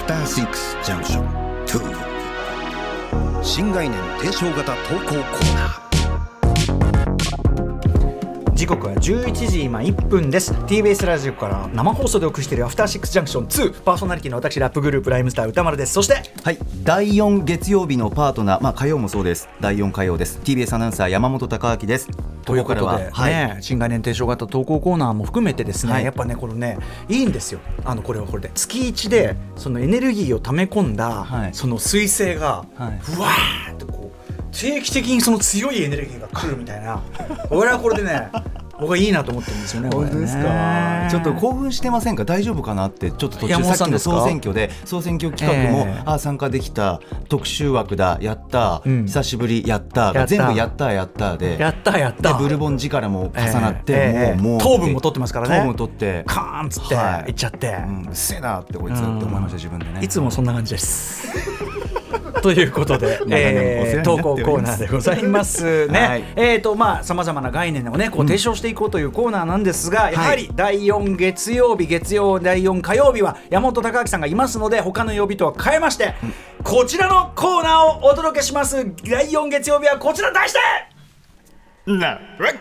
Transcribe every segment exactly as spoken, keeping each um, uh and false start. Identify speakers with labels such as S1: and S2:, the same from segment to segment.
S1: フターシックスジャンクションツー新概念提唱型投稿コーナー。
S2: 時刻はじゅういちじ今いっぷんです。 ティービーエス ラジオから生放送でお送りしているアフターシックスジャンクションツー、パーソナリティの私ラップグループライムスター歌丸です。そして
S3: はいだいよん月曜日のパートナー、まあ火曜もそうです。だいよん火曜です。 ティービーエス アナウンサー山本貴明です。
S2: ということで、
S3: ここからは、はい
S2: ね、新概念提唱型投稿コーナーも含めてですね、はい、やっぱねこれねいいんですよ。あのこれはこれで月いちでそのエネルギーを溜め込んだ、はい、その彗星が、はい、ふわーってこう定期的にその強いエネルギーが来るみたいな俺はこれでね僕はいいなと思ってるんですよね。
S3: 本当ですか。ちょっと興奮してませんか。大丈夫かなってちょっと途中さっきの総選挙で総選挙企画も、えー、あ参加できた特集枠だやった、うん、久しぶりやったが全部やったやったで
S2: やったやった
S3: でブルボン力も重なって、
S2: えー、
S3: もう、
S2: えー、糖分も取ってますからね。
S3: 糖分取って
S2: カーンっつっていっちゃって、はい、うん、
S3: うっせえなってこいつって思いました自分でね。
S2: いつもそんな感じですということで、えー、投稿コーナーでございますね。はい、えーとまあさまざまな概念をねこう提唱していこうというコーナーなんですが、うん、やはりだいよん月曜日月曜だいよん火曜日は山本貴明さんがいますので他の曜日とは変えまして、うん、こちらのコーナーをお届けします。だいよん月曜日はこちら題してなわけ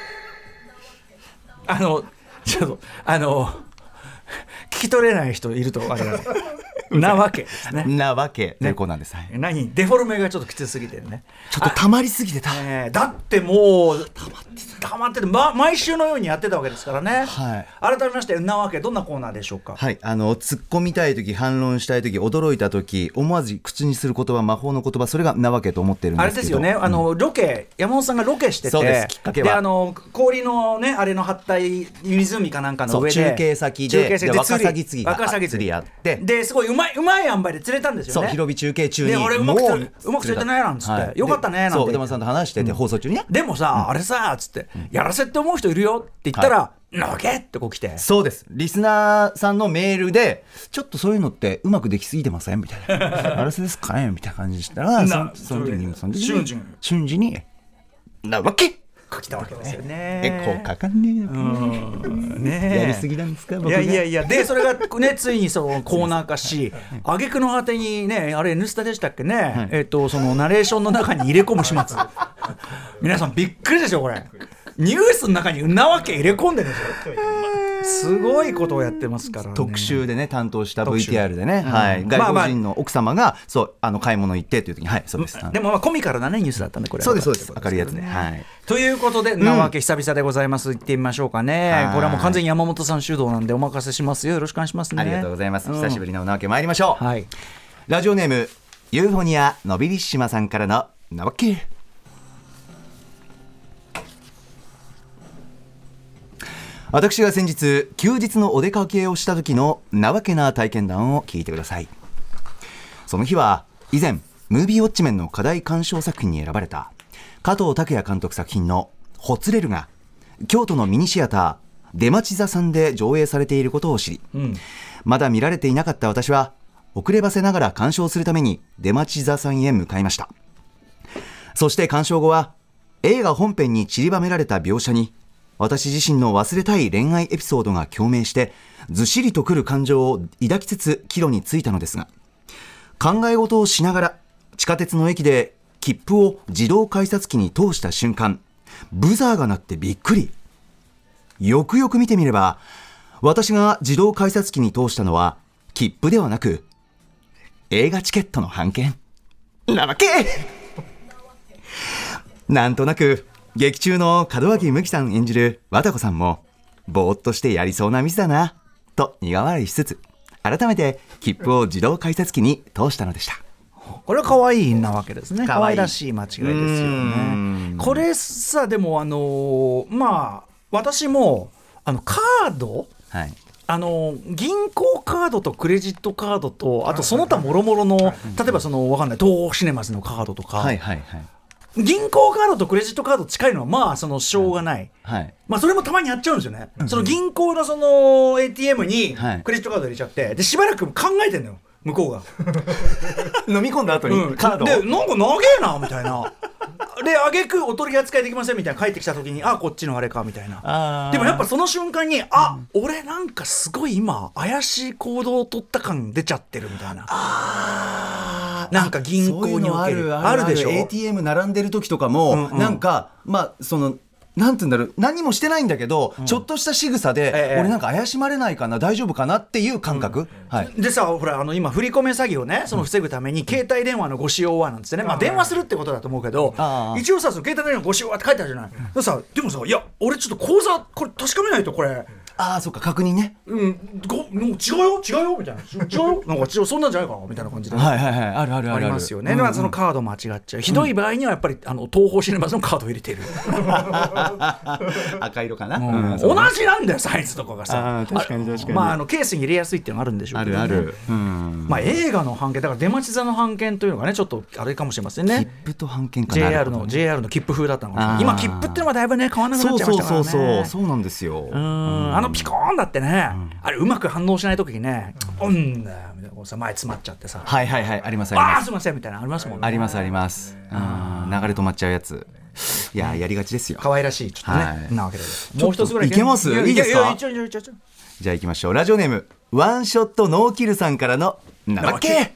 S2: あのちょっとあの聞き取れない人いるとあれなわけですね。
S3: なわけというコーナーです。ね、
S2: はい、何デフォルメがちょっときつすぎてね。
S3: ちょっと溜まりすぎてた。
S2: えー、だってもう溜まってた溜まってて、ま、毎週のようにやってたわけですからね。はい、改めましてなわけどんなコーナーでしょうか。
S3: はい、あの突っ込みたいとき反論したいとき驚いたとき思わず口にする言葉魔法の言葉それがなわけと思ってるんですけど。
S2: あれですよね。あの、うん、ロケ山本さんがロケしてて
S3: そうですきっかけは
S2: であの氷のねあれの張った湖かなんかの上で
S3: 中継先ででワカサギ釣りが釣りやって
S2: ですごいうまいうまい塩梅で釣れたんですよね。
S3: そう広火中継中に
S2: で俺うまく釣れうまく釣れてないなんつって、はい、よかったねなんて
S3: そう歌丸さんと話してて、うん、放送中にね
S2: でもさ、うん、あれさつって、うん、やらせって思う人いるよって言ったら、はい、なわけってこう来て
S3: そうですリスナーさんのメールでちょっとそういうのってうまくできすぎてませんみたいなやらせですかねみたいな感じでしたら
S2: な
S3: その時にその時
S2: 瞬時
S3: 瞬時になわけ
S2: 書きたわけですよね。
S3: えこうかかんねえな、うんね、やりすぎなんですか僕が。
S2: いやいやいやでそれがねついにそのコーナー化し挙句の果てにねあれ N スタでしたっけね、はい、えー、とそのナレーションの中に入れ込む始末皆さんびっくりでしょこれニュースの中になわけ入れ込んでるんですよ。すごいことをやってますからね。
S3: 特集でね担当した ブイティーアール でね、うん、はい、外国人の奥様が、まあまあ、そうあの買い物行ってという時にはいそうです。
S2: でもまあコミカルなねニュースだったんでこれは
S3: そうですそうです明るいやつね。はい。
S2: ということで、うん、なわけ久々でございます。行ってみましょうかね。これはもう完全に山本さん主導なんでお任せしますよ。よろしくお願いしますね。
S3: ありがとうございます。うん、久しぶりのなわけ参りましょう。
S2: はい。
S3: ラジオネームユーフォニアのびりしまさんからのなわけ。私が先日休日のお出かけをした時のなわけな体験談を聞いてください。その日は以前ムービーウォッチメンの課題鑑賞作品に選ばれた加藤拓也監督作品のほつれるが京都のミニシアター出町座さんで上映されていることを知り、うん、まだ見られていなかった私は遅ればせながら鑑賞するために出町座さんへ向かいました。そして鑑賞後は映画本編に散りばめられた描写に私自身の忘れたい恋愛エピソードが共鳴してずしりとくる感情を抱きつつ帰路に着いたのですが、考え事をしながら地下鉄の駅で切符を自動改札機に通した瞬間ブザーが鳴ってびっくり。よくよく見てみれば私が自動改札機に通したのは切符ではなく映画チケットの半券なわけなんとなく劇中の門脇麦さん演じる綿子さんもぼーっとしてやりそうなミスだなと苦笑いしつつ改めて切符を自動改札機に通したのでした。
S2: これは可愛いなわけですね。可愛らしい間違いですよね。これさでもあのー、まあ私もあのカード、はい、あの銀行カードとクレジットカードとあとその他もろもろの例えばそのわかんない東宝シネマズのカードとか、はいはいはい、銀行カードとクレジットカード近いのはまあそのしょうがない、はい、まあそれもたまにやっちゃうんですよね、うん、その銀行のその エーティーエム にクレジットカード入れちゃってでしばらく考えてんのよ向こうが
S3: 飲み込んだ後に、うん、カード
S2: でなんか長えなみたいなで挙句お取り扱いできませんみたいな帰ってきた時にあこっちのあれかみたいな。でもやっぱその瞬間にあ、うん、俺なんかすごい今怪しい行動を取った感出ちゃってるみたいな。あなんか銀行におけるあるでしょ。
S3: エーティーエム 並んでる時とかも、うんうん、なんかまあそのなんて言うんだろう何もしてないんだけど、うん、ちょっとした仕草で、ええ、俺なんか怪しまれないかな大丈夫かなっていう感覚、うんはい、
S2: でさほらあの今振り込め詐欺をねその防ぐために、うん、携帯電話のご使用はなんつってね、まあ、電話するってことだと思うけど一応さその携帯電話のご使用はって書いてあるじゃない、うん、さでもさいや俺ちょっと口座これ確かめないとこれ
S3: ああそっか確認ね
S2: うんごもう違うよ違うよみたいな違うよなんか違うそんなんじゃないかなみたいな感じで、ね、
S3: はいはいはいあるあるある
S2: ありますよね、うんうん、そのカード間違っちゃうひどい場合にはやっぱりあの東宝シネマズのカードを入れてる
S3: 赤色かな、
S2: うんうん、同じなんだよサイズとかがさ
S3: あ確かに確かに
S2: まあ、あのケースに入れやすいっていうのがあるんでしょうけど、ね、
S3: あるある、うん
S2: まあ、映画の半券だから出町座の半券というのがねちょっとあれかもしれませんね
S3: 切符と半券かな
S2: ジェイアール の ジェイアール の切符風だったのかも今切符ってのはだいぶね変わらなくなっちゃいましたからね
S3: そうそうそうそうそうなんですよ
S2: うんあのピコーンだってね、うんあれうまく反応しないときにね、うん、うんだよみたいなさ前詰まっちゃってさ、
S3: はいはいはいありますあります。
S2: あーすいませんみたいなありますもんね。
S3: ありますあります。うん流れ止まっちゃうやつ。いややりがちですよ。
S2: 可愛らしいちょっとね。はい、なわけで。もう一つぐらい
S3: いけます。いいですか。
S2: じゃあ
S3: 行きましょう。ラジオネームワンショットノーキルさんからの生け。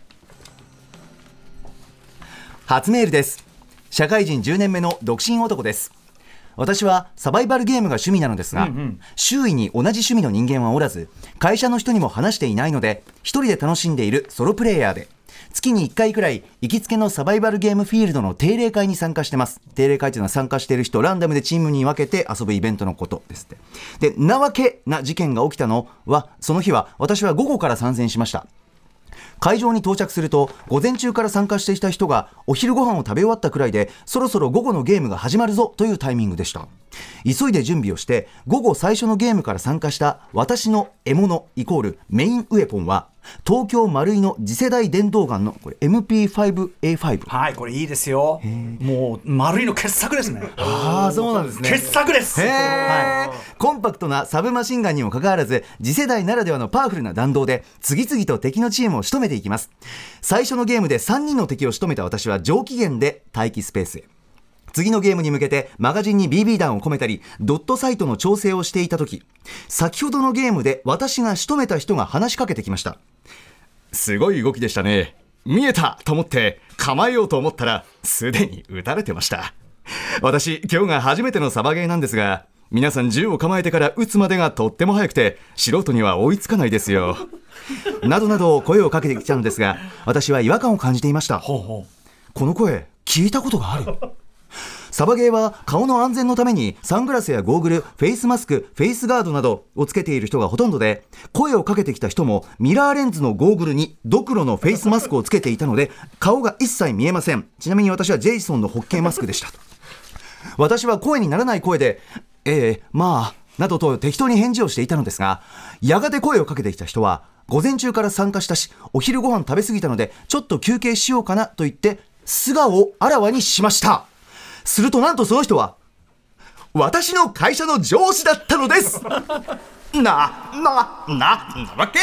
S3: 初メールです。社会人じゅうねんめの独身男です。私はサバイバルゲームが趣味なのですが、うんうん、周囲に同じ趣味の人間はおらず会社の人にも話していないので一人で楽しんでいるソロプレイヤーで月にいっかいくらい行きつけのサバイバルゲームフィールドの定例会に参加してます。定例会というのは参加している人をランダムでチームに分けて遊ぶイベントのことですって。でなわけな事件が起きたのはその日は私は午後から参戦しました。会場に到着すると午前中から参加していた人がお昼ご飯を食べ終わったくらいでそろそろ午後のゲームが始まるぞというタイミングでした。急いで準備をして午後最初のゲームから参加した私の獲物イコールメインウェポンは東京マルイの次世代電動ガンのこれ エムピーファイブエーファイブ
S2: はいこれいいですよもうマルイの傑作ですね
S3: ああそうなんですね
S2: 傑作です
S3: へ、はい、コンパクトなサブマシンガンにもかかわらず次世代ならではのパワフルな弾道で次々と敵のチームを仕留めていきます。最初のゲームでさんにんの敵を仕留めた私は上機嫌で待機スペースへ。次のゲームに向けてマガジンに ビービー 弾を込めたりドットサイトの調整をしていた時先ほどのゲームで私が仕留めた人が話しかけてきました。すごい動きでしたね。見えたと思って構えようと思ったらすでに撃たれてました。私今日が初めてのサバゲーなんですが皆さん銃を構えてから撃つまでがとっても早くて素人には追いつかないですよなどなど声をかけてきたのですが私は違和感を感じていました。ほうほうこの声聞いたことがあるサバゲーは顔の安全のためにサングラスやゴーグル、フェイスマスク、フェイスガードなどをつけている人がほとんどで声をかけてきた人もミラーレンズのゴーグルにドクロのフェイスマスクをつけていたので顔が一切見えません。ちなみに私はジェイソンのホッケーマスクでした私は声にならない声でええまあなどと適当に返事をしていたのですがやがて声をかけてきた人は午前中から参加したしお昼ご飯食べ過ぎたのでちょっと休憩しようかなと言って素顔をあらわにしました。するとなんとその人は私の会社の上司だったのですな、な、な、なわけ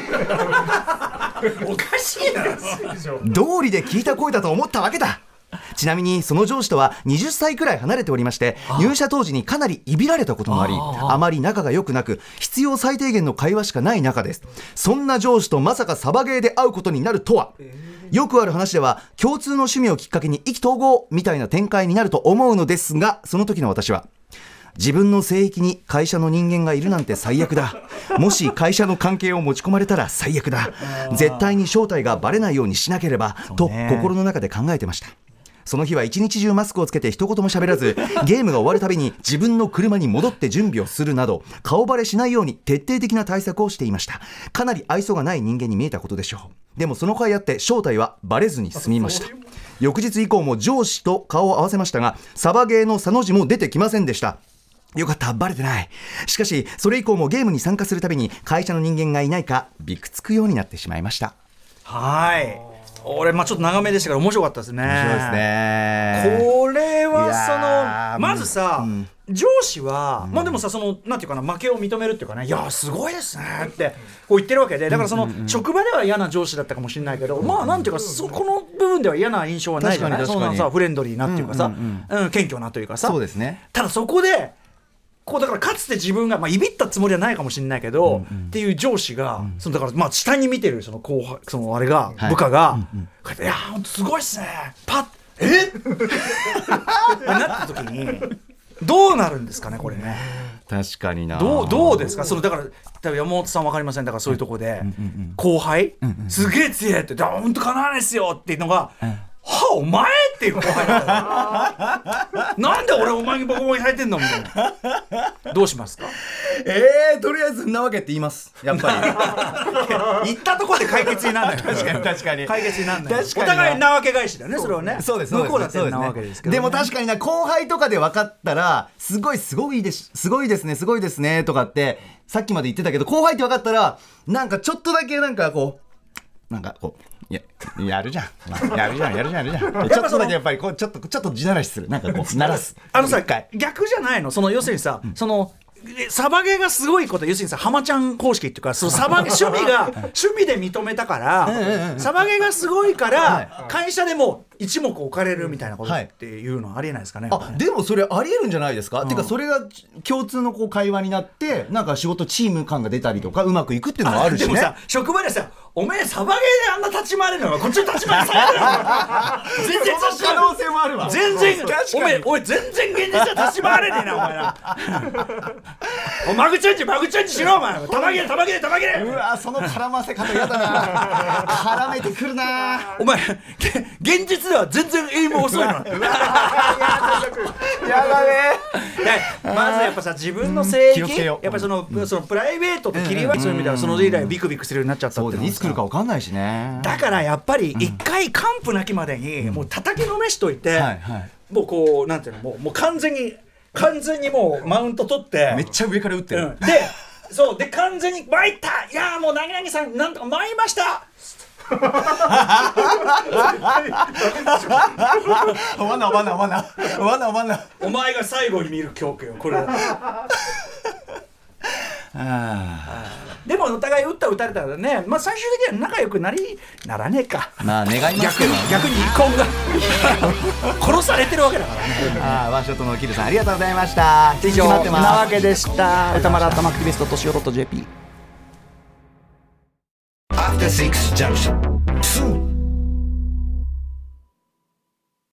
S2: おかしいな
S3: 道理で聞いた声だと思ったわけだ。ちなみにその上司とははたちくらい離れておりまして入社当時にかなりいびられたこともあり あ, あまり仲が良くなく必要最低限の会話しかない中です。そんな上司とまさかサバゲーで会うことになるとは。よくある話では共通の趣味をきっかけに意気投合みたいな展開になると思うのですがその時の私は自分の聖域に会社の人間がいるなんて最悪だ。もし会社の関係を持ち込まれたら最悪だ。絶対に正体がバレないようにしなければと心の中で考えてました。その日は一日中マスクをつけて一言も喋らずゲームが終わるたびに自分の車に戻って準備をするなど顔バレしないように徹底的な対策をしていました。かなり愛想がない人間に見えたことでしょう。でもその甲斐あって正体はバレずに済みました。翌日以降も上司と顔を合わせましたがサバゲーのサの字も出てきませんでした。よかったバレてない。しかしそれ以降もゲームに参加するたびに会社の人間がいないかびくつくようになってしまいました。
S2: はい俺まあちょっと長めでしたから面白かったですね。
S3: 面白いですね。
S2: これはそのまずさ、うん、上司は、うん、まあでもさそのなんていうかな負けを認めるっていうかねいやすごいですねってこう言ってるわけでだからその、うんうんうん、職場では嫌な上司だったかもしれないけど、うん、まあなんていうかそこの部分では嫌な印象はないじゃないそのさフレンドリーなっていうかさ、うんうんうんうん、謙虚なというかさ
S3: そうですね
S2: ただそこでこうだからかつて自分が、まあ、いびったつもりはないかもしれないけど、うんうん、っていう上司が、うん、そのだからまあ下に見てるその後輩そのあれが、はい、部下が、うんうん、こうやっていやーほんとすごいっすねパッえっなった時にどうなるんですかねこれね
S3: 確かにな
S2: どう、どうですかそのだから多分山本さん分かりませんだからそういうとこで、うんうんうん、後輩、うんうん、すげえ強いって本当かなわないっすよっていうのが、うんはあ、お前っていう後輩だったなんで俺お前にボコボコにされてんのみたいなどうしますか
S3: えー、とりあえずんなわけって言いますやっぱ
S2: り言ったところで解決にならない
S3: 確かに確かに
S2: 解決にならないお互いなわけ返しだよねそれはね
S3: そうです
S2: 向こうだってなわけですけど、ね、
S3: でも確かにな後輩とかで分かったらすごいすごいですすごいですねすごいですねとかってさっきまで言ってたけど後輩って分かったらなんかちょっとだけなんかこうなんかこういややるじゃん、まあ、やるじゃんやるじゃんやるじゃんちょっとだけやっぱりこうちょっとちょっと地ならしするなんかこう鳴らす
S2: あのさ逆じゃないのその要するにさ、うん、そのサバゲーがすごいこと要するにさ浜ちゃん方式っていうかそのサバゲー趣味が趣味で認めたからサバゲーがすごいから会社でも一目置かれるみたいなことっていうのはありえないですかね、
S3: はい、あでもそれありえるんじゃないですか、うん、てかそれが共通のこう会話になってなんか仕事チーム感が出たりとかうまくいくっていうのもあるしねでも
S2: さ職場でさおめえサバゲーであんな立ち回れるのはこっちの立ち回りされるの全然
S3: その可能性もあるわ
S2: 全然おめえおい全然現実は立ち回れねえなお前なおマグチェンジマグチェンジしろお前たまげれたまげれたまげれ
S3: うわその絡ませ方嫌だな絡めてくるな
S2: お前現実では全然エイム遅いのやだねまずやっぱさ自分の聖域やっぱりその、うん、そのプライベートと切り分けそういう意味ではその以来ビクビクするようになっちゃったって
S3: いつ来るか分かんないしね
S2: だからやっぱり一回完膚なきまでにもう叩きのめしといて、うんはいはい、もうこうなんていうのもう、もう完全に完全にもうマウント取って
S3: めっちゃ上から打ってる、
S2: うん、でそうで完全に参ったいやもうなぎなぎさんなんとか参りました
S3: わなわなわなわなわな
S2: お前が最後に見る狂気よこれあでもお互い打った打たれたらね、まあ、最終的には仲良くなりならねえか
S3: まあ願いますけど、ね、
S2: 逆に逆に離婚が殺されてるわけだからね
S3: あワンショットのキルさんありがとうございました
S2: 以上なわけでした歌丸アットマークティビストとしお .jp
S1: After Six Junction